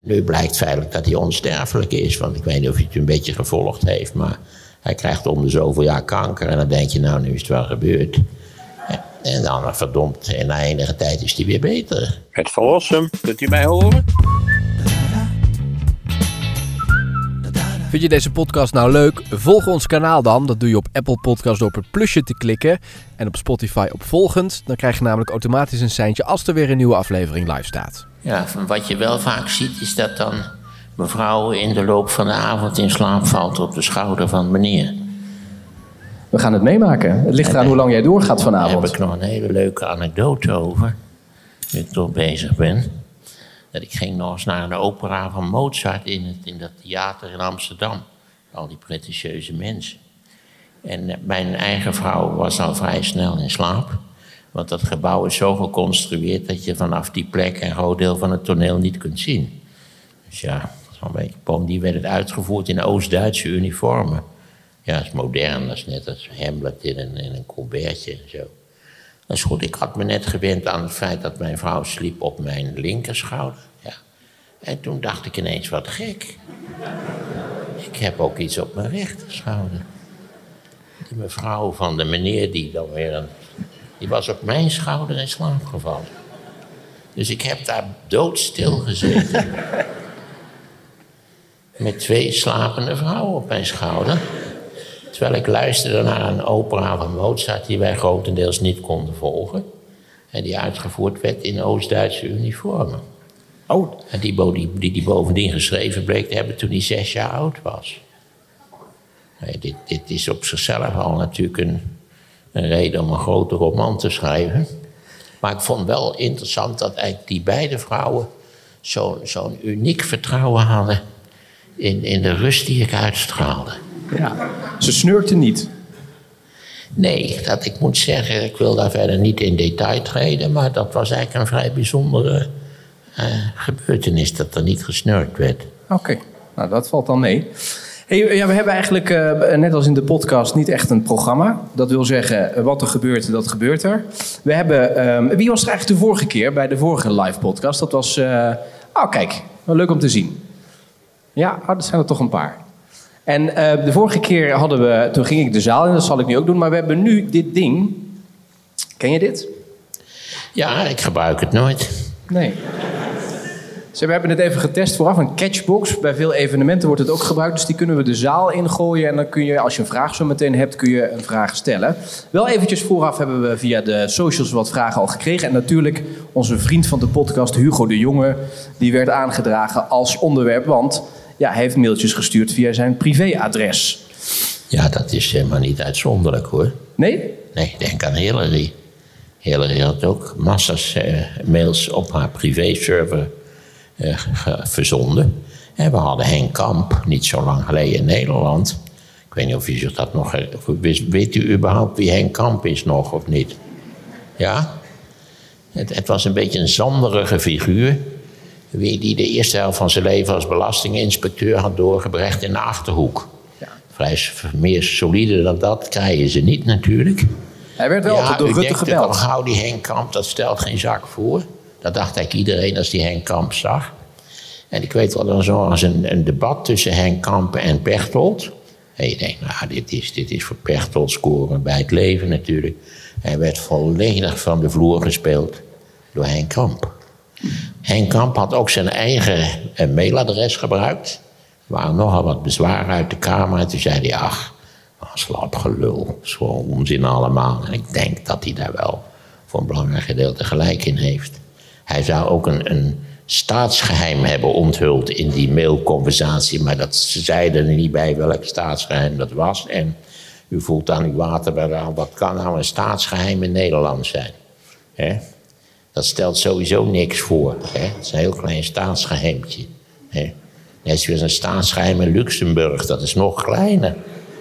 Nu blijkt feitelijk dat hij onsterfelijk is. Want ik weet niet of hij het een beetje gevolgd heeft. Maar hij krijgt om de zoveel jaar kanker. En dan denk je, nou, nu is het wel gebeurd. En dan, verdomd, en na enige tijd is hij weer beter. Het verlossen, kunt u mij horen? Vind je deze podcast nou leuk? Volg ons kanaal dan. Dat doe je op Apple Podcast door op het plusje te klikken. En op Spotify op volgend. Dan krijg je namelijk automatisch een seintje als er weer een nieuwe aflevering live staat. Ja, van wat je wel vaak ziet is dat dan mevrouw in de loop van de avond in slaap valt op de schouder van meneer. We gaan het meemaken. Het ligt eraan hoe lang jij doorgaat vanavond. Daar heb ik nog een hele leuke anekdote over. Nu ik toch bezig ben. Dat ik ging nog eens naar een opera van Mozart in dat theater in Amsterdam. Al die pretentieuze mensen. En mijn eigen vrouw was al vrij snel in slaap. Want dat gebouw is zo geconstrueerd dat je vanaf die plek een groot deel van het toneel niet kunt zien. Dus ja, zo'n beetje. Bovendien werd het uitgevoerd in Oost-Duitse uniformen. Ja, dat is modern, dat is net als Hamlet in een colbertje en zo. Dat is goed, ik had me net gewend aan het feit dat mijn vrouw sliep op mijn linkerschouder. Ja. En toen dacht ik ineens, wat gek. Ik heb ook iets op mijn rechterschouder. Die mevrouw van de meneer die was op mijn schouder in slaap gevallen. Dus ik heb daar doodstil gezeten. Met 2 slapende vrouwen op mijn schouder. Terwijl ik luisterde naar een opera van Mozart die wij grotendeels niet konden volgen. En die uitgevoerd werd in Oost-Duitse uniformen. Oh. En die bovendien geschreven bleek te hebben toen hij 6 jaar oud was. Nee, dit is op zichzelf al natuurlijk een reden om een grote roman te schrijven. Maar ik vond wel interessant dat eigenlijk die beide vrouwen zo'n uniek vertrouwen hadden in de rust die ik uitstraalde. Ja, ze snurkte niet. Nee, ik moet zeggen, ik wil daar verder niet in detail treden, maar dat was eigenlijk een vrij bijzondere gebeurtenis, dat er niet gesnurkt werd. Oké, nou dat valt dan mee. Hey, ja, we hebben eigenlijk, net als in de podcast, niet echt een programma. Dat wil zeggen, wat er gebeurt, dat gebeurt er. We hebben, wie was er eigenlijk de vorige keer bij de vorige live podcast? Dat was, kijk, wel leuk om te zien. Ja, dat zijn er toch een paar. En de vorige keer toen ging ik de zaal in, dat zal ik nu ook doen. Maar we hebben nu dit ding. Ken je dit? Ja, ik gebruik het nooit. Nee. We hebben het even getest vooraf, een catchbox. Bij veel evenementen wordt het ook gebruikt, dus die kunnen we de zaal ingooien. En dan kun je, als je een vraag zo meteen hebt, kun je een vraag stellen. Wel eventjes vooraf hebben we via de socials wat vragen al gekregen. En natuurlijk onze vriend van de podcast, Hugo de Jonge, die werd aangedragen als onderwerp. Want ja, hij heeft mailtjes gestuurd via zijn privéadres. Ja, dat is helemaal niet uitzonderlijk hoor. Nee? Nee, denk aan Hillary. Hillary had ook massas mails op haar privéserver verzonden. En we hadden Henk Kamp, niet zo lang geleden in Nederland. Ik weet niet of u zich dat nog... Weet u überhaupt wie Henk Kamp is nog of niet? Ja? Het was een beetje een zanderige figuur. Die de eerste helft van zijn leven als belastinginspecteur had doorgebracht in de Achterhoek. Ja. Vrij meer solide dan dat krijgen ze niet natuurlijk. Hij werd wel altijd door Rutte gebeld. Al gauw die Henk Kamp, dat stelt geen zak voor. Dat dacht eigenlijk iedereen als die Henk Kamp zag. En ik weet wel, dan zo als een debat tussen Henk Kamp en Pechtold. En je denkt, nou, dit is voor Pechtold scoren bij het leven natuurlijk. Hij werd volledig van de vloer gespeeld door Henk Kamp. Henk Kamp had ook zijn eigen mailadres gebruikt. Er waren nogal wat bezwaren uit de Kamer. En toen zei hij, slap gelul, gewoon onzin allemaal. En ik denk dat hij daar wel voor een belangrijk gedeelte gelijk in heeft. Hij zou ook een staatsgeheim hebben onthuld in die mailconversatie, maar ze zeiden er niet bij welk staatsgeheim dat was. En u voelt aan uw water, wat kan nou een staatsgeheim in Nederland zijn? He? Dat stelt sowieso niks voor. He? Het is een heel klein staatsgeheimtje. He? Net zoals een staatsgeheim in Luxemburg, dat is nog kleiner.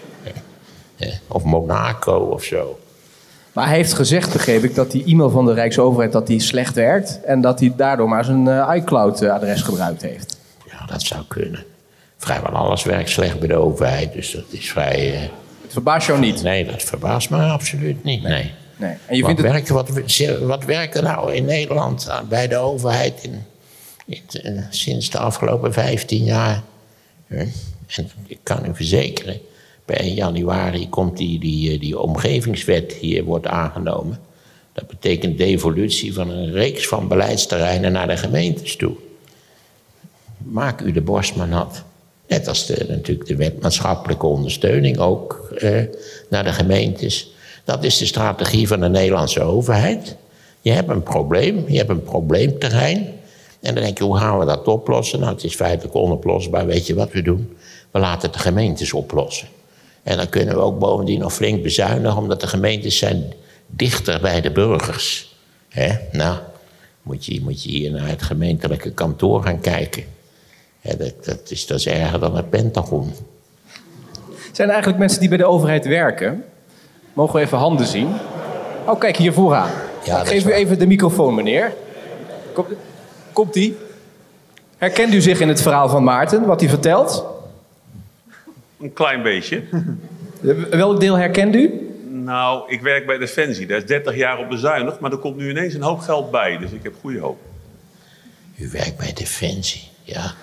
He? Of Monaco of zo. Maar hij heeft gezegd, begreep ik, dat die e-mail van de Rijksoverheid dat die slecht werkt. En dat hij daardoor maar zijn iCloud-adres gebruikt heeft. Ja, dat zou kunnen. Vrijwel alles werkt slecht bij de overheid, dus dat is vrij... Het verbaast jou niet? Nee, dat verbaast me absoluut niet, nee. En je wat werkt er nou in Nederland bij de overheid Sinds de afgelopen 15 jaar. En ik kan u verzekeren, bij 1 januari komt die omgevingswet hier wordt aangenomen. Dat betekent devolutie van een reeks van beleidsterreinen naar de gemeentes toe. Maak u de borst maar nat. Net als natuurlijk de wet maatschappelijke ondersteuning ook naar de gemeentes. Dat is de strategie van de Nederlandse overheid. Je hebt een probleem, je hebt een probleemterrein. En dan denk je, hoe gaan we dat oplossen? Nou, het is feitelijk onoplosbaar. Weet je wat we doen? We laten het de gemeentes oplossen. En dan kunnen we ook bovendien nog flink bezuinigen, omdat de gemeentes zijn dichter bij de burgers. Nou, moet je hier naar het gemeentelijke kantoor gaan kijken. Dat is erger dan het Pentagon. Zijn er eigenlijk mensen die bij de overheid werken? Mogen we even handen zien? Oh, kijk, hier vooraan. Ja, ik geef u even de microfoon, meneer. Komt-ie? Herkent u zich in het verhaal van Maarten, wat hij vertelt? Een klein beetje. Welk deel herkent u? Nou, ik werk bij Defensie. Daar is 30 jaar op bezuinigd, maar er komt nu ineens een hoop geld bij. Dus ik heb goede hoop. U werkt bij Defensie, ja.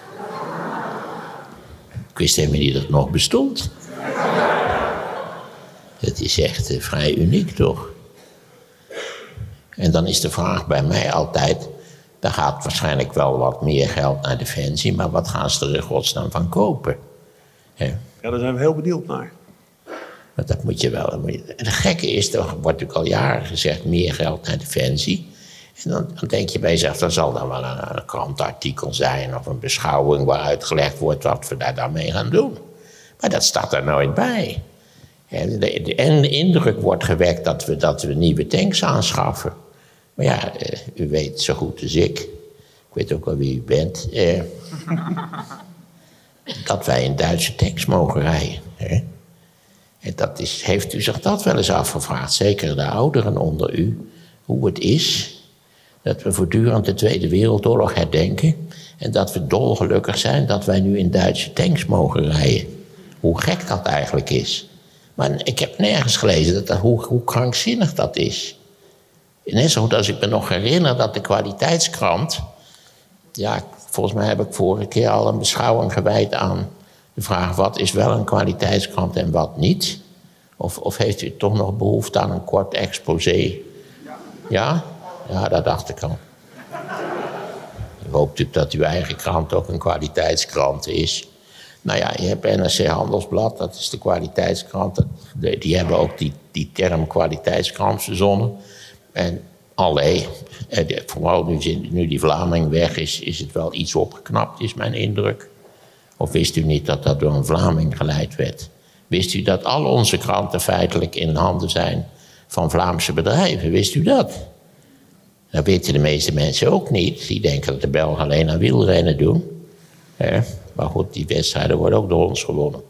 Ik wist helemaal niet dat het nog bestond. Het is echt vrij uniek, toch? En dan is de vraag bij mij altijd, daar gaat waarschijnlijk wel wat meer geld naar Defensie, maar wat gaan ze er in godsnaam van kopen? Ja, daar zijn we heel benieuwd naar. Want dat moet je wel. En het gekke is, er wordt natuurlijk al jaren gezegd, meer geld naar Defensie. En dan denk je bij jezelf, dan zal dan wel een krantartikel zijn of een beschouwing waar uitgelegd wordt wat we daar dan mee gaan doen. Maar dat staat er nooit bij. En de indruk wordt gewekt dat we nieuwe tanks aanschaffen. Maar ja, u weet zo goed als ik weet ook wel wie u bent, dat wij in Duitse tanks mogen rijden. En heeft u zich dat wel eens afgevraagd, zeker de ouderen onder u, hoe het is dat we voortdurend de Tweede Wereldoorlog herdenken en dat we dolgelukkig zijn dat wij nu in Duitse tanks mogen rijden. Hoe gek dat eigenlijk is. Maar ik heb nergens gelezen hoe krankzinnig dat is. Net zo goed als ik me nog herinner dat de kwaliteitskrant, ja, volgens mij heb ik vorige keer al een beschouwing gewijd aan de vraag wat is wel een kwaliteitskrant en wat niet. Of heeft u toch nog behoefte aan een kort exposé? Ja? Ja, dat dacht ik al. Ik hoop natuurlijk dat uw eigen krant ook een kwaliteitskrant is. Nou ja, je hebt NRC Handelsblad, dat is de kwaliteitskrant. Die hebben ook die term kwaliteitskrant verzonnen. En vooral nu die Vlaming weg is het wel iets opgeknapt, is mijn indruk. Of wist u niet dat dat door een Vlaming geleid werd? Wist u dat al onze kranten feitelijk in handen zijn van Vlaamse bedrijven? Wist u dat? Dat weten de meeste mensen ook niet. Die denken dat de Belgen alleen aan wielrennen doen. Maar goed, die wedstrijden worden ook door ons gewonnen.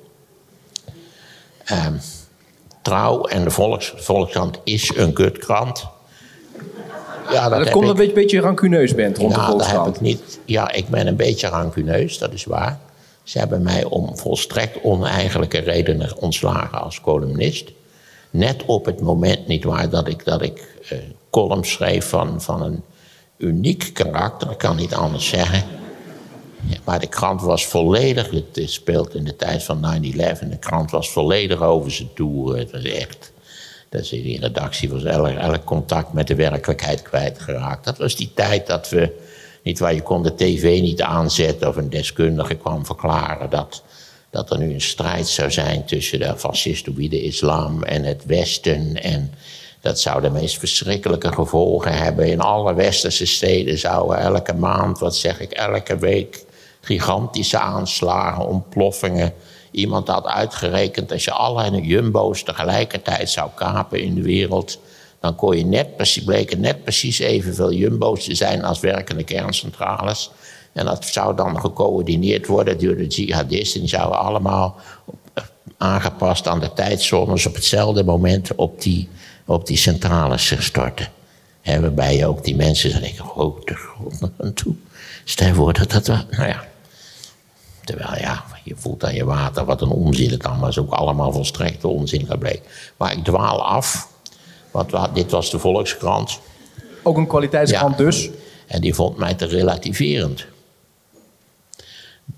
Trouw en de Volkskrant is een kutkrant. Ja, dat komt omdat je een beetje rancuneus bent rond de Volkskrant. Dat heb ik niet. Ja, ik ben een beetje rancuneus, dat is waar. Ze hebben mij om volstrekt oneigenlijke redenen ontslagen als columnist. Net op het moment, nietwaar, dat ik columns schreef van een uniek karakter. Ik kan niet anders zeggen. Ja, maar de krant was volledig, het speelt in de tijd van 9/11, de krant was volledig over zijn toeren. Het was echt, die redactie was elk contact met de werkelijkheid kwijtgeraakt. Dat was die tijd dat we, nietwaar, je kon de tv niet aanzetten of een deskundige kwam verklaren dat er nu een strijd zou zijn tussen de fascistoïde islam en het Westen. En dat zou de meest verschrikkelijke gevolgen hebben. In alle westerse steden zouden elke maand, elke week gigantische aanslagen, ontploffingen. Iemand had uitgerekend, als je alle jumbo's tegelijkertijd zou kapen in de wereld, dan kon je bleken net precies evenveel jumbo's te zijn als werkende kerncentrales. En dat zou dan gecoördineerd worden door de jihadisten. Die zouden allemaal aangepast aan de tijdzones op hetzelfde moment op die centrales storten. Waarbij je ook die mensen denken, oh, de grond nog aan toe. Stel voor dat nou ja. Terwijl ja, je voelt aan je water wat een onzin het allemaal is. Ook allemaal volstrekte onzin gebleken. Maar ik dwaal af. Want dit was de Volkskrant. Ook een kwaliteitskrant dus? En die vond mij te relativerend.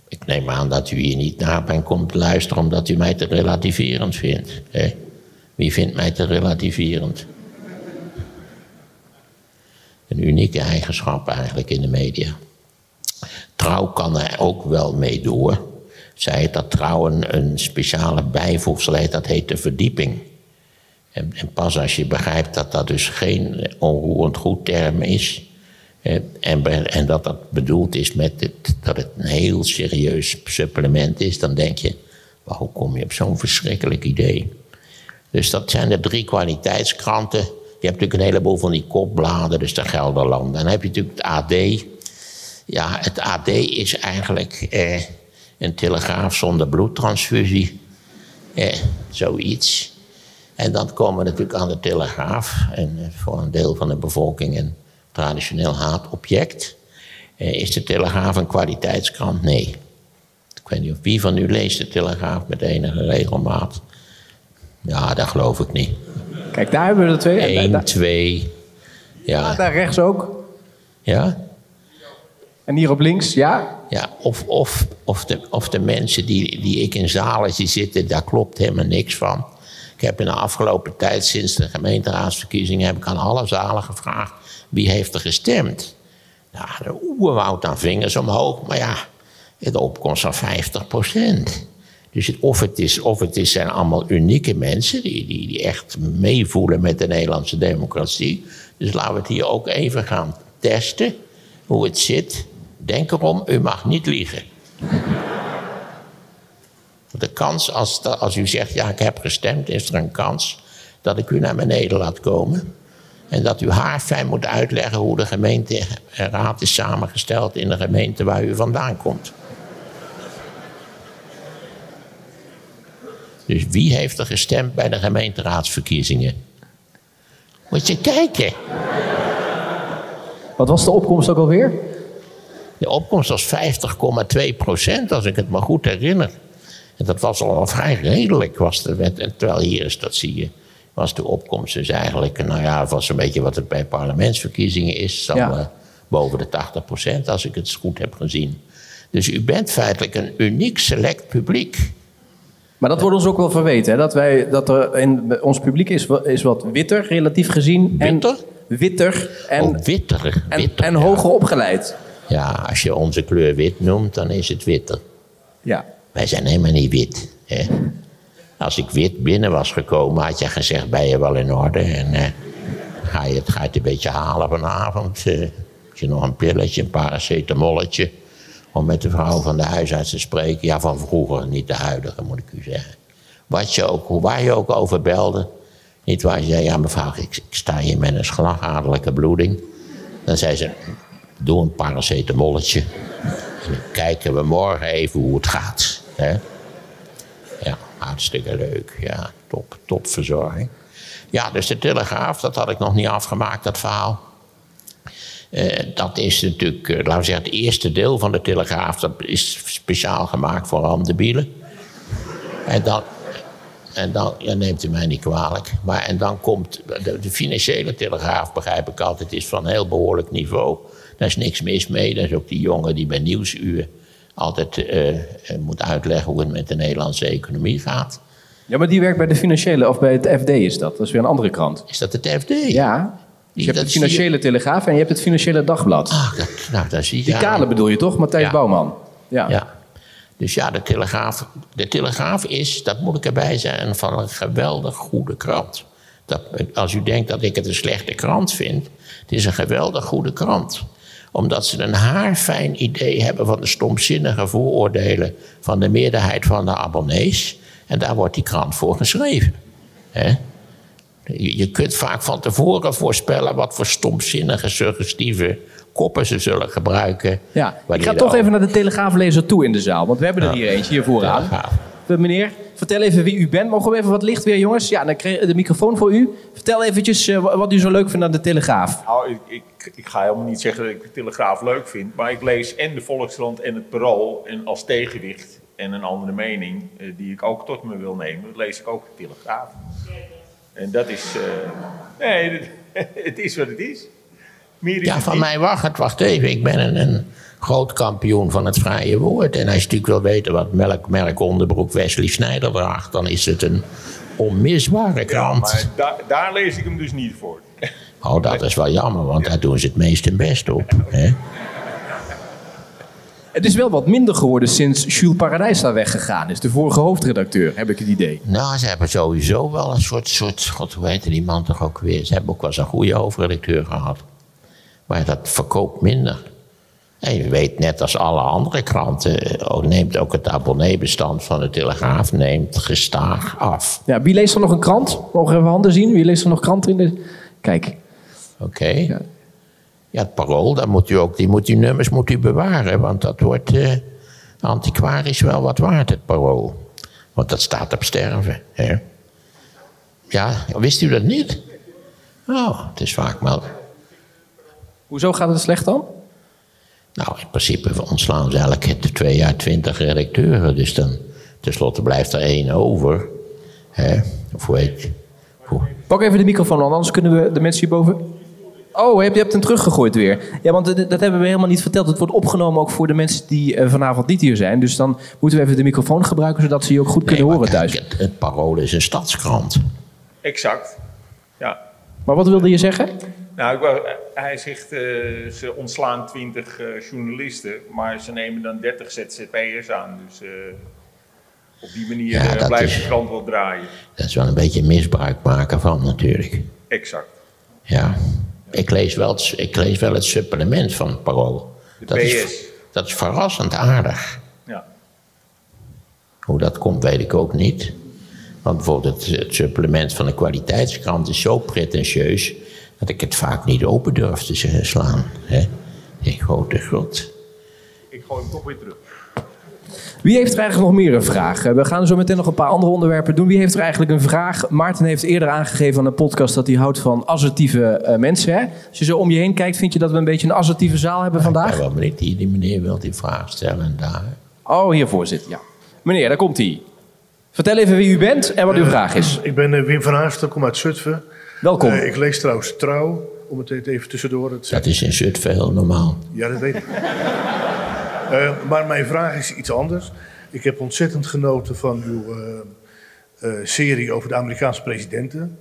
Ik neem aan dat u hier niet naar bent komt luisteren omdat u mij te relativerend vindt. Hè? Wie vindt mij te relativerend? Een unieke eigenschap eigenlijk in de media. Trouw kan er ook wel mee door. Zij het dat Trouw een speciale bijvoegsel heeft, dat heet de verdieping. En pas als je begrijpt dat dat dus geen onroerend goed term is. En dat dat bedoeld is dat het een heel serieus supplement is, dan denk je, maar hoe kom je op zo'n verschrikkelijk idee? Dus dat zijn de 3 kwaliteitskranten. Je hebt natuurlijk een heleboel van die kopbladen, dus de Gelderland. Dan heb je natuurlijk het AD. Ja, het AD is eigenlijk een telegraaf zonder bloedtransfusie. Zoiets. En dan komen we natuurlijk aan de Telegraaf. En voor een deel van de bevolking een traditioneel haatobject. Is de Telegraaf een kwaliteitskrant? Nee. Ik weet niet of wie van u leest de Telegraaf met enige regelmaat. Ja, dat geloof ik niet. Kijk, daar hebben we er 2. 1, 2. Ja. Daar rechts ook. Ja? En hier op links, ja. Ja, of de mensen die ik in zalen zie zitten, daar klopt helemaal niks van. Ik heb in de afgelopen tijd, sinds de gemeenteraadsverkiezingen, heb ik aan alle zalen gevraagd, wie heeft er gestemd? Nou, de oerwoud aan vingers omhoog, maar ja, de opkomst van 50%. Dus of het is zijn allemaal unieke mensen die echt meevoelen met de Nederlandse democratie. Dus laten we het hier ook even gaan testen, hoe het zit. Denk erom, u mag niet liegen. De kans, als u zegt, ja, ik heb gestemd, is er een kans dat ik u naar beneden laat komen. En dat u haarfijn moet uitleggen hoe de gemeenteraad is samengesteld in de gemeente waar u vandaan komt. Dus wie heeft er gestemd bij de gemeenteraadsverkiezingen? Moet je kijken. Wat was de opkomst ook alweer? De opkomst was 50,2%, als ik het me goed herinner. En dat was al vrij redelijk, terwijl hier is, dat zie je, was de opkomst dus eigenlijk, nou ja, het was een beetje wat het bij parlementsverkiezingen is, boven de 80%, als ik het goed heb gezien. Dus u bent feitelijk een uniek select publiek. Maar dat wordt ons ook wel verweten, hè? Dat er in ons publiek is wat witter, relatief gezien. Witter? Witter. Witter. En hoger opgeleid. Ja, als je onze kleur wit noemt, dan is het witter. Ja. Wij zijn helemaal niet wit. Hè? Als ik wit binnen was gekomen, had je gezegd, ben je wel in orde? En ga je het een beetje halen vanavond? Heb je nog een pilletje, een paracetamolletje? Om met de vrouw van de huisarts te spreken. Ja, van vroeger, niet de huidige, moet ik u zeggen. Waar je ook over belde. Niet waar je zei, ja mevrouw, ik sta hier met een slagadelijke bloeding. Dan zei ze, doe een paracetamolletje. En dan kijken we morgen even hoe het gaat. Hè? Ja, hartstikke leuk. Ja, top verzorging. Ja, dus de Telegraaf, dat had ik nog niet afgemaakt, dat verhaal. Dat is natuurlijk, laten we zeggen, het eerste deel van de Telegraaf. Dat is speciaal gemaakt voor randebielen. En dan, ja, neemt u mij niet kwalijk. En dan komt de financiële Telegraaf, begrijp ik altijd, is van heel behoorlijk niveau. Daar is niks mis mee. Dat is ook die jongen die bij Nieuwsuur altijd moet uitleggen hoe het met de Nederlandse economie gaat. Ja, maar die werkt bij de financiële, of bij het FD is dat. Dat is weer een andere krant. Is dat het FD? Ja. Dus je hebt de financiële Telegraaf en je hebt het financiële Dagblad. Daar zie je. Die kale bedoel je toch, Matthijs Bouwman? Ja. Dus ja, de Telegraaf is, dat moet ik erbij zeggen, van een geweldig goede krant. Als u denkt dat ik het een slechte krant vind, het is een geweldig goede krant. Omdat ze een haarfijn idee hebben van de stomzinnige vooroordelen van de meerderheid van de abonnees. En daar wordt die krant voor geschreven. Hè? Je kunt vaak van tevoren voorspellen wat voor stomzinnige, suggestieve koppen ze zullen gebruiken. Ja, ik ga toch even naar de Telegraaflezer toe in de zaal. Want we hebben er hier eentje, hier vooraan. Meneer, vertel even wie u bent. Mogen we even wat licht weer, jongens? Ja, dan krijg je de microfoon voor u. Vertel eventjes wat u zo leuk vindt aan de Telegraaf. Nou, ik ga helemaal niet zeggen dat ik de Telegraaf leuk vind. Maar ik lees en de Volkskrant en het Parool. En als tegenwicht en een andere mening die ik ook tot me wil nemen, lees ik ook de Telegraaf. En dat is... nee, het is wat het is. Van mij wacht even. Ik ben een groot kampioen van het vrije woord. En als je natuurlijk wil weten wat merk onderbroek Wesley Sneijder draagt, dan is het een onmisbare krant. Maar daar lees ik hem dus niet voor. Oh, dat is wel jammer, want daar doen ze het meest hun best op. Hè? Het is wel wat minder geworden sinds Jules Paradijs daar weggegaan is. De vorige hoofdredacteur, heb ik het idee. Nou, ze hebben sowieso wel een soort God, hoe heette die man toch ook weer? Ze hebben ook wel eens een goede hoofdredacteur gehad. Maar dat verkoopt minder. En je weet, net als alle andere kranten, neemt ook het abonneebestand van de Telegraaf neemt gestaag af. Ja, wie leest er nog een krant? Mogen we even handen zien? Wie leest er nog kranten in de... Kijk. Oké. Ja, het Parool, die nummers moet u bewaren, want dat wordt antiquarisch wel wat waard, het Parool. Want dat staat op sterven. Hè? Ja, wist u dat niet? Oh, het is vaak wel... Hoezo gaat het slecht dan? Nou, in principe ontslaan ze elke 2 jaar 20 redacteuren, dus dan tenslotte blijft er 1 over. Hè? Of hoe heet... Pak even de microfoon aan, anders kunnen we de mensen hierboven... Oh, je hebt hem teruggegooid weer. Ja, want dat hebben we helemaal niet verteld. Het wordt opgenomen ook voor de mensen die vanavond niet hier zijn. Dus dan moeten we even de microfoon gebruiken, zodat ze je ook goed kunnen horen thuis. Kijk, het Parool is een stadskrant. Exact, ja. Maar wat wilde je zeggen? Nou, hij zegt, ze ontslaan 20 journalisten, maar ze nemen dan 30 ZZP'ers aan. Dus op die manier blijft de krant wel draaien. Dat is wel een beetje misbruik maken van natuurlijk. Exact. Ja. Ik lees wel het supplement van het Parool. Dat is verrassend aardig. Ja. Hoe dat komt, weet ik ook niet. Want bijvoorbeeld het supplement van de kwaliteitskrant is zo pretentieus dat ik het vaak niet open durf te slaan. Hè? Die grote grot. Ik gooi hem toch weer terug. Wie heeft er eigenlijk nog meer een vraag? We gaan zo meteen nog een paar andere onderwerpen doen. Wie heeft er eigenlijk een vraag? Maarten heeft eerder aangegeven aan de podcast dat hij houdt van assertieve mensen. Hè? Als je zo om je heen kijkt, vind je dat we een beetje een assertieve zaal hebben vandaag? Ik ben wel benieuwd, die meneer wil die vraag stellen en daar. Oh, hiervoor zit, ja. Meneer, daar komt hij. Vertel even wie u bent en wat uw vraag is. Ik ben Wim van Haafden, kom uit Zutphen. Welkom. Ik lees trouwens Trouw, om het even tussendoor te zeggen. Dat is in Zutphen heel normaal. Ja, dat weet ik. Maar mijn vraag is iets anders. Ik heb ontzettend genoten van uw serie over de Amerikaanse presidenten.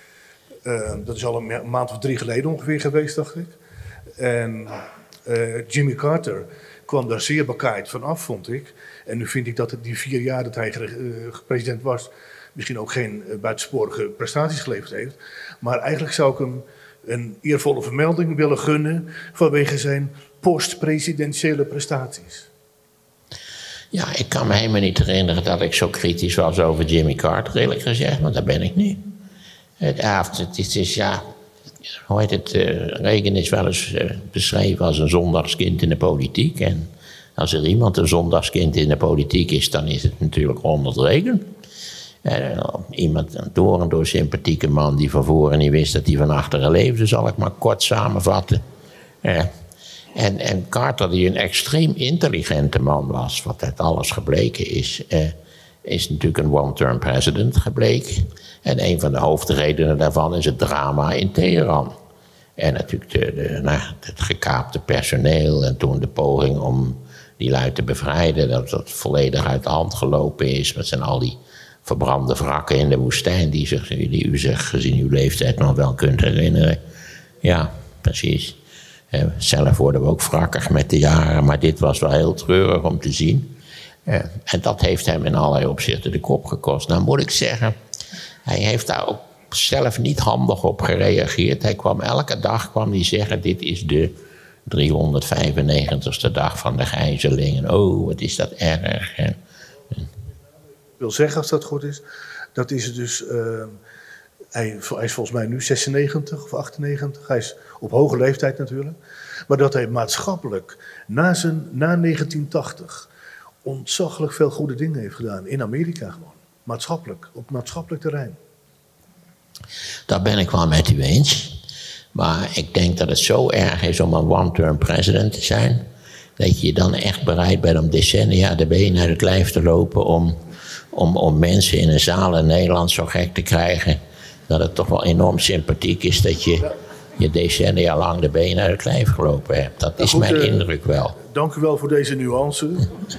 Dat is al een maand of 3 geleden ongeveer geweest, dacht ik. En Jimmy Carter kwam daar zeer bekaaid van af, vond ik. En nu vind ik dat die 4 jaar dat hij president was, misschien ook geen buitensporige prestaties geleverd heeft. Maar eigenlijk zou ik hem een eervolle vermelding willen gunnen vanwege zijn post-presidentiële prestaties. Ja, ik kan me helemaal niet herinneren dat ik zo kritisch was over Jimmy Carter, eerlijk gezegd, want dat ben ik niet. Het is ja, hoe heet het, Reagan is wel eens beschreven als een zondagskind in de politiek. En als er iemand een zondagskind in de politiek is, dan is het natuurlijk Ronald Reagan. Iemand, een door sympathieke man die van voren niet wist dat hij van achteren leefde, zal ik maar kort samenvatten. En Carter, die een extreem intelligente man was, wat uit alles gebleken is natuurlijk een one-term president gebleken. En een van de hoofdredenen daarvan is het drama in Teheran. En natuurlijk het gekaapte personeel en toen de poging om die lui te bevrijden, dat volledig uit de hand gelopen is. Dat zijn al die verbrande wrakken in de woestijn die u zich gezien uw leeftijd nog wel kunt herinneren. Ja, precies. Zelf worden we ook wrakkig met de jaren, maar dit was wel heel treurig om te zien. En dat heeft hem in allerlei opzichten de kop gekost. Nou moet ik zeggen, hij heeft daar ook zelf niet handig op gereageerd. Elke dag kwam hij zeggen, dit is de 395ste dag van de gijzeling. En oh, wat is dat erg. Ik wil zeggen, als dat goed is, dat is het dus... Hij is volgens mij nu 96 of 98. Hij is op hoge leeftijd natuurlijk. Maar dat hij maatschappelijk na 1980 ontzaglijk veel goede dingen heeft gedaan. In Amerika gewoon. Maatschappelijk. Op maatschappelijk terrein. Dat ben ik wel met u eens. Maar ik denk dat het zo erg is om een one-term president te zijn, dat je dan echt bereid bent om decennia de benen uit het lijf te lopen om mensen in een zaal in Nederland zo gek te krijgen dat het toch wel enorm sympathiek is dat je je decennia lang de benen uit het lijf gelopen hebt. Dat is mijn indruk wel. Dank u wel voor deze nuance.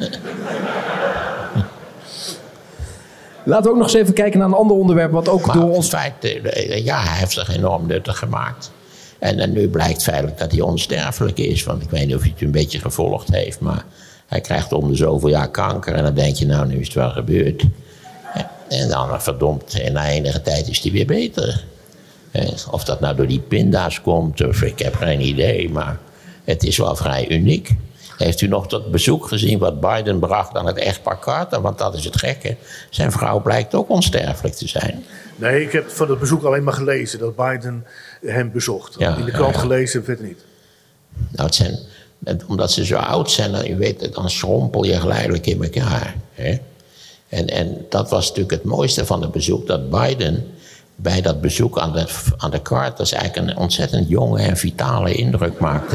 Laten we ook nog eens even kijken naar een ander onderwerp wat ook Maar door ons... het feit, ja, hij heeft zich enorm nuttig gemaakt. En nu blijkt feitelijk dat hij onsterfelijk is. Want ik weet niet of hij het een beetje gevolgd heeft. Maar hij krijgt om de zoveel jaar kanker. En dan denk je, nou, nu is het wel gebeurd. En dan, verdomd, na enige tijd is hij weer beter. Of dat nou door die pinda's komt, of ik heb geen idee. Maar het is wel vrij uniek. Heeft u nog dat bezoek gezien wat Biden bracht aan het echtpaar Carter? Want dat is het gekke. Zijn vrouw blijkt ook onsterfelijk te zijn. Nee, ik heb van het bezoek alleen maar gelezen dat Biden hem bezocht. Ja, in de krant gelezen, verder niet. Nou, omdat ze zo oud zijn, dan, u weet, dan schrompel je geleidelijk in elkaar. Hè? En dat was natuurlijk het mooiste van het bezoek, dat Biden bij dat bezoek aan de Carters eigenlijk een ontzettend jonge en vitale indruk maakte.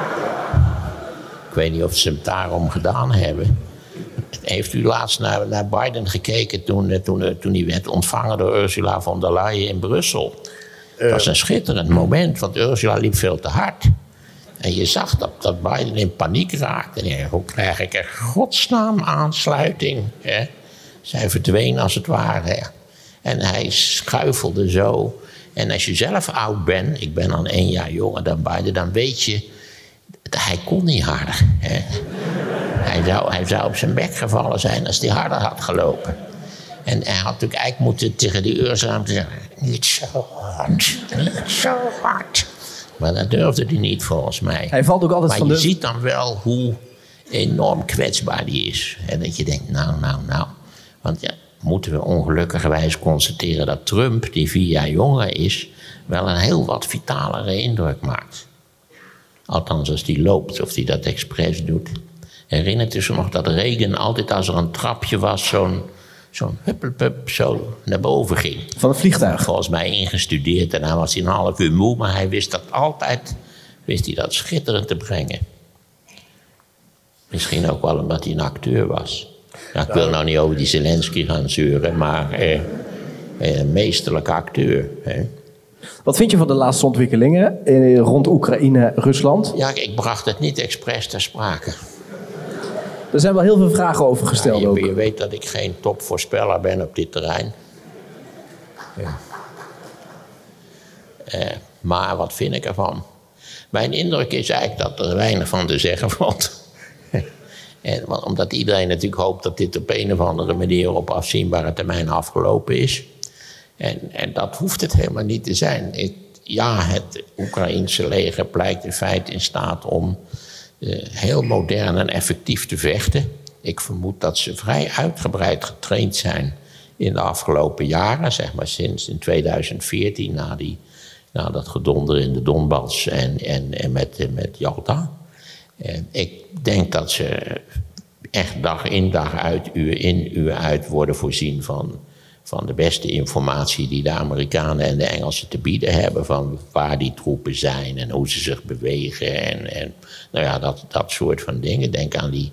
Ik weet niet of ze het daarom gedaan hebben. Heeft u laatst naar Biden gekeken toen hij werd ontvangen door Ursula von der Leyen in Brussel? Dat was een schitterend moment, want Ursula liep veel te hard. En je zag dat Biden in paniek raakte. En hoe krijg ik er godsnaam aansluiting? Hè? Zij verdween als het ware. En hij schuifelde zo. En als je zelf oud bent, ik ben dan 1 jaar jonger dan Biden, dan weet je, hij kon niet harder. Hè? Hij zou op zijn bek gevallen zijn als hij harder had gelopen. En hij had natuurlijk eigenlijk moeten tegen die Ursula zeggen, niet zo hard, niet zo hard. Maar dat durfde hij niet volgens mij. Hij valt ook altijd maar van je de... ziet dan wel hoe enorm kwetsbaar die is. En dat je denkt, nou. Want ja, moeten we ongelukkigerwijs constateren dat Trump, die 4 jaar jonger is, wel een heel wat vitalere indruk maakt. Althans, als die loopt of die dat expres doet. Herinnert u zich nog dat Reagan altijd als er een trapje was, zo'n huppelpup zo naar boven ging. Van het vliegtuig. Volgens mij ingestudeerd en dan was hij een half uur moe, maar hij wist dat schitterend te brengen. Misschien ook wel omdat hij een acteur was. Ja, ik wil nou niet over die Zelensky gaan zeuren, maar een meesterlijke acteur. Hè. Wat vind je van de laatste ontwikkelingen rond Oekraïne, Rusland? Ja, ik bracht het niet expres ter sprake. Er zijn wel heel veel vragen over gesteld ook. Je weet dat ik geen topvoorspeller ben op dit terrein. Ja. Maar wat vind ik ervan? Mijn indruk is eigenlijk dat er weinig van te zeggen valt. Omdat iedereen natuurlijk hoopt dat dit op een of andere manier op afzienbare termijn afgelopen is. En dat hoeft het helemaal niet te zijn. Het Oekraïense leger blijkt in feite in staat om heel modern en effectief te vechten. Ik vermoed dat ze vrij uitgebreid getraind zijn in de afgelopen jaren. Zeg maar sinds in 2014 na dat gedonder in de Donbass en met Jalta. Ik denk dat ze echt dag in dag uit, uur in uur uit worden voorzien van de beste informatie die de Amerikanen en de Engelsen te bieden hebben. Van waar die troepen zijn en hoe ze zich bewegen. En nou ja, dat soort van dingen. Denk aan die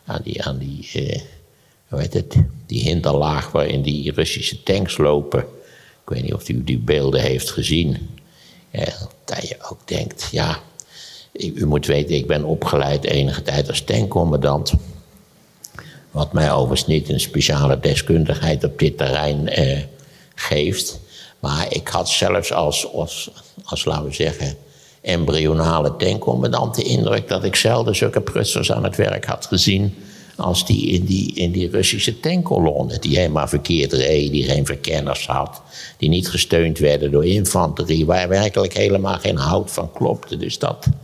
hoe heet het? Die hinderlaag waarin die Russische tanks lopen. Ik weet niet of u die beelden heeft gezien. Dat je ook denkt, ja, u moet weten, ik ben opgeleid enige tijd als tankcommandant. Wat mij overigens niet een speciale deskundigheid op dit terrein geeft. Maar ik had zelfs als laten we zeggen, embryonale tankcommandant de indruk dat ik zelden zulke prutsers aan het werk had gezien als die in die Russische tankkolonne. Die helemaal verkeerd reden, die geen verkenners had, die niet gesteund werden door infanterie, waar werkelijk helemaal geen hout van klopte. Dus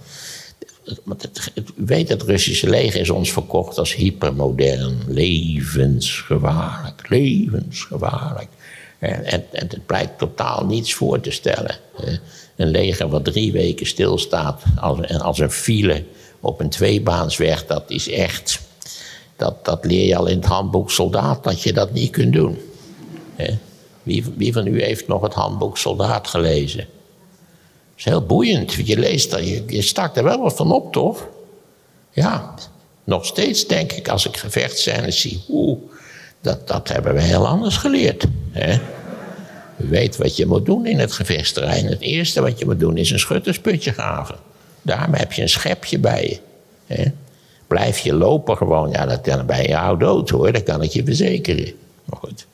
u weet, het Russische leger is ons verkocht als hypermodern, levensgevaarlijk. En het blijkt totaal niets voor te stellen. Een leger wat 3 weken stilstaat als een file op een 2-baansweg, dat is echt, dat leer je al in het handboek soldaat dat je dat niet kunt doen. Wie van u heeft nog het handboek soldaat gelezen? Dat is heel boeiend. Je leest dat, je stakt er wel wat van op, toch? Ja, nog steeds denk ik als ik gevechtscènes zie, dat hebben we heel anders geleerd. Hè? U weet wat je moet doen in het gevechtsterrein. Het eerste wat je moet doen is een schuttersputje graven. Daarom heb je een schepje bij je. Hè? Blijf je lopen gewoon, ja, dan ben je oud dood hoor, dat kan ik je verzekeren. Maar goed.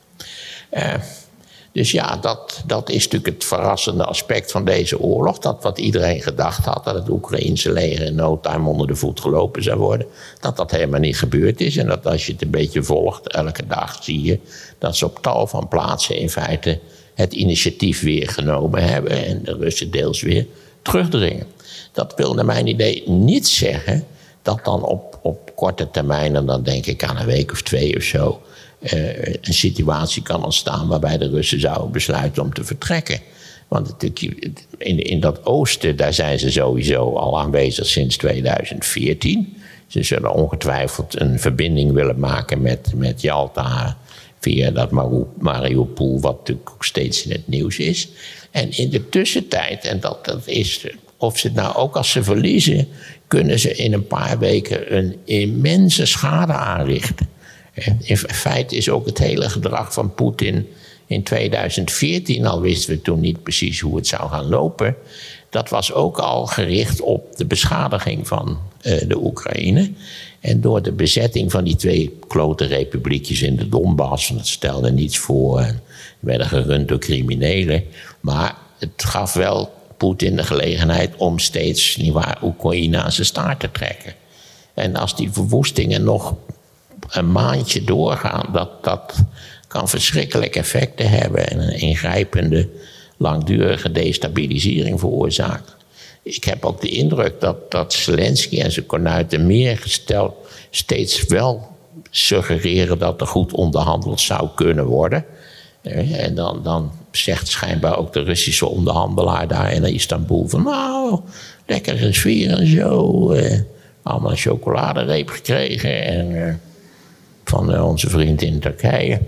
Dus ja, dat is natuurlijk het verrassende aspect van deze oorlog. Dat wat iedereen gedacht had, dat het Oekraïense leger in no time onder de voet gelopen zou worden. Dat helemaal niet gebeurd is. En dat als je het een beetje volgt, elke dag zie je dat ze op tal van plaatsen in feite het initiatief weer genomen hebben. En de Russen deels weer terugdringen. Dat wil naar mijn idee niet zeggen dat dan op korte termijn, en dan denk ik aan een week of 2 of zo, een situatie kan ontstaan waarbij de Russen zouden besluiten om te vertrekken. Want in dat oosten, daar zijn ze sowieso al aanwezig sinds 2014. Ze zullen ongetwijfeld een verbinding willen maken met Jalta via dat Mariupol, wat natuurlijk ook steeds in het nieuws is. En in de tussentijd, en dat is, of ze het nou ook als ze verliezen, kunnen ze in een paar weken een immense schade aanrichten. In feite is ook het hele gedrag van Poetin in 2014, al wisten we toen niet precies hoe het zou gaan lopen, dat was ook al gericht op de beschadiging van de Oekraïne. En door de bezetting van die 2 klote republiekjes in de Donbass, dat stelde niets voor en werden gerund door criminelen. Maar het gaf wel Poetin de gelegenheid om steeds Oekraïne aan zijn staart te trekken. En als die verwoestingen nog een maandje doorgaan, dat kan verschrikkelijke effecten hebben en een ingrijpende, langdurige destabilisering veroorzaken. Ik heb ook de indruk dat Zelensky en zijn konuiten meer gesteld steeds wel suggereren dat er goed onderhandeld zou kunnen worden. En dan zegt schijnbaar ook de Russische onderhandelaar daar in Istanbul van nou, lekkere sfeer en zo. Allemaal een chocoladereep gekregen en van onze vriend in Turkije.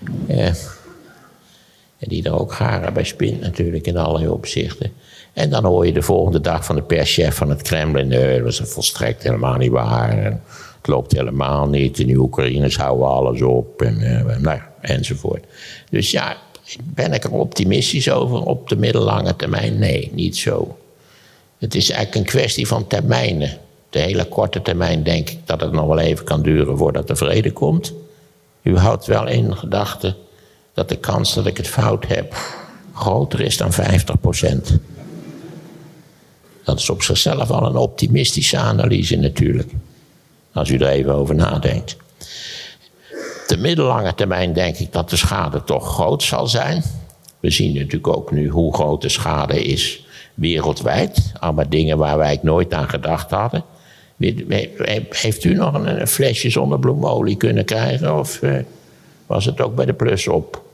En die er ook garen bij spint natuurlijk in allerlei opzichten. En dan hoor je de volgende dag van de perschef van het Kremlin, dat was volstrekt helemaal niet waar. En het loopt helemaal niet. En de Oekraïners houden alles op enzovoort. Dus ja, ben ik er optimistisch over op de middellange termijn? Nee, niet zo. Het is eigenlijk een kwestie van termijnen. De hele korte termijn denk ik dat het nog wel even kan duren voordat er vrede komt. U houdt wel in gedachten dat de kans dat ik het fout heb groter is dan 50%. Dat is op zichzelf al een optimistische analyse natuurlijk. Als u er even over nadenkt. De middellange termijn denk ik dat de schade toch groot zal zijn. We zien natuurlijk ook nu hoe groot de schade is wereldwijd. Allemaal dingen waar wij nooit aan gedacht hadden. Heeft u nog een flesje zonnebloemolie kunnen krijgen? Of was het ook bij de plus op?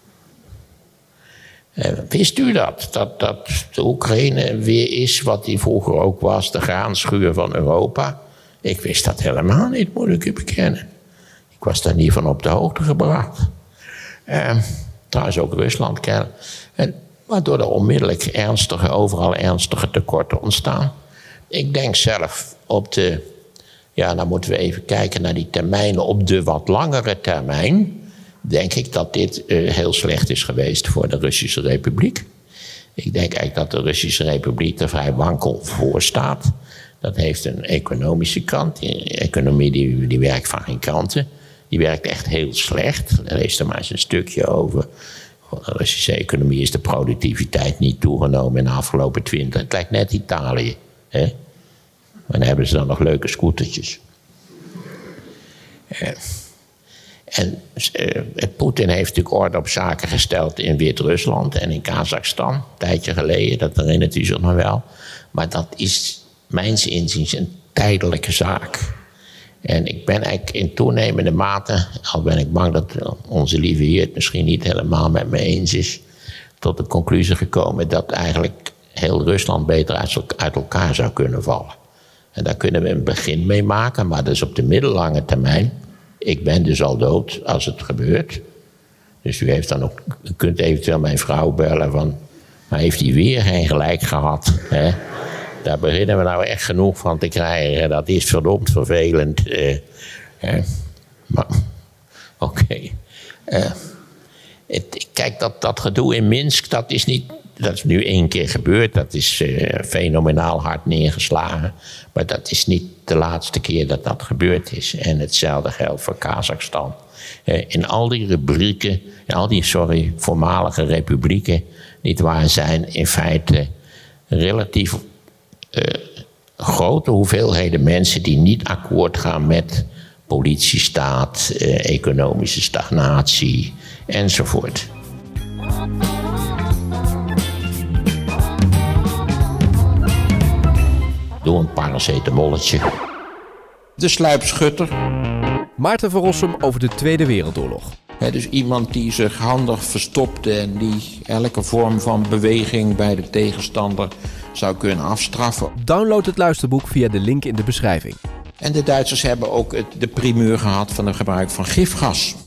Wist u dat de Oekraïne weer is wat die vroeger ook was, de graanschuur van Europa? Ik wist dat helemaal niet, moet ik u bekennen. Ik was daar niet van op de hoogte gebracht. Trouwens ook Rusland kennen. Waardoor er onmiddellijk overal ernstige tekorten ontstaan. Ik denk zelf dan moeten we even kijken naar die termijnen. Op de wat langere termijn denk ik dat dit heel slecht is geweest voor de Russische Republiek. Ik denk eigenlijk dat de Russische Republiek er vrij wankel voor staat. Dat heeft een economische kant. Die economie die werkt van geen kanten. Die werkt echt heel slecht. Lees er maar eens een stukje over. Voor de Russische economie is de productiviteit niet toegenomen in de afgelopen 20. Het lijkt net Italië. Hè? En dan hebben ze dan nog leuke scootertjes. En Poetin heeft natuurlijk orde op zaken gesteld in Wit-Rusland en in Kazachstan. Een tijdje geleden, dat herinnert u zich nog wel. Maar dat is mijns inziens een tijdelijke zaak. En ik ben eigenlijk in toenemende mate, al ben ik bang dat onze lieve Heer het misschien niet helemaal met me eens is, tot de conclusie gekomen dat eigenlijk heel Rusland beter uit elkaar zou kunnen vallen. En daar kunnen we een begin mee maken, maar dat is op de middellange termijn. Ik ben dus al dood als het gebeurt. Dus u kunt eventueel mijn vrouw bellen van, maar heeft hij weer geen gelijk gehad? Hè? Daar beginnen we nou echt genoeg van te krijgen. Dat is verdomd vervelend. Maar, oké. Kijk, kijk, dat gedoe in Minsk, dat is nu 1 keer gebeurd. Dat is fenomenaal hard neergeslagen. Maar dat is niet de laatste keer dat dat gebeurd is. En hetzelfde geldt voor Kazachstan. In al die rubrieken, voormalige republieken, nietwaar, zijn in feite relatief grote hoeveelheden mensen die niet akkoord gaan met politiestaat, economische stagnatie enzovoort. Doe een paracetamolletje. De sluipschutter. Maarten van Rossum over de Tweede Wereldoorlog. Dus iemand die zich handig verstopte en die elke vorm van beweging bij de tegenstander zou kunnen afstraffen. Download het luisterboek via de link in de beschrijving. En de Duitsers hebben ook de primeur gehad van het gebruik van gifgas.